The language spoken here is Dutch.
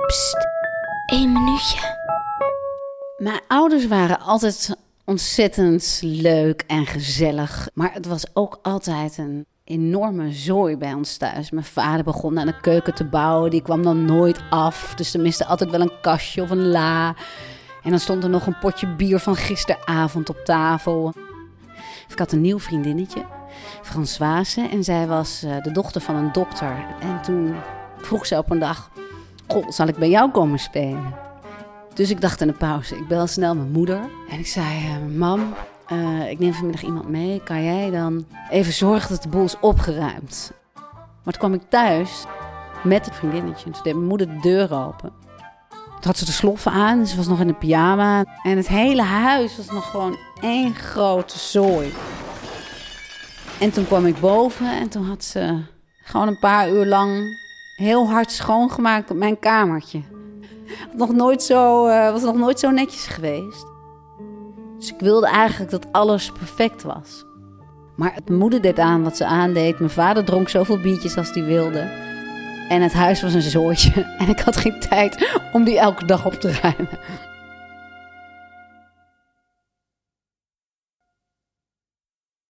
Psst, 1 minuutje. Mijn ouders waren altijd ontzettend leuk en gezellig. Maar het was ook altijd een enorme zooi bij ons thuis. Mijn vader begon aan de keuken te bouwen. Die kwam dan nooit af. Dus er miste altijd wel een kastje of een la. En dan stond er nog een potje bier van gisteravond op tafel. Ik had een nieuw vriendinnetje, Françoise. En zij was de dochter van een dokter. En toen vroeg ze op een dag: goh, zal ik bij jou komen spelen? Dus ik dacht in de pauze, ik bel snel mijn moeder. En ik zei: mam, ik neem vanmiddag iemand mee. Kan jij dan even zorgen dat de boel is opgeruimd? Maar toen kwam ik thuis met het vriendinnetje. Toen deed mijn moeder de deur open. Toen had ze de sloffen aan, ze was nog in de pyjama. En het hele huis was nog gewoon één grote zooi. En toen kwam ik boven en toen had ze gewoon een paar uur lang heel hard schoongemaakt op mijn kamertje. Was nog nooit zo netjes geweest. Dus ik wilde eigenlijk dat alles perfect was. Maar mijn moeder deed aan wat ze aandeed. Mijn vader dronk zoveel biertjes als hij wilde. En het huis was een zooitje. En ik had geen tijd om die elke dag op te ruimen.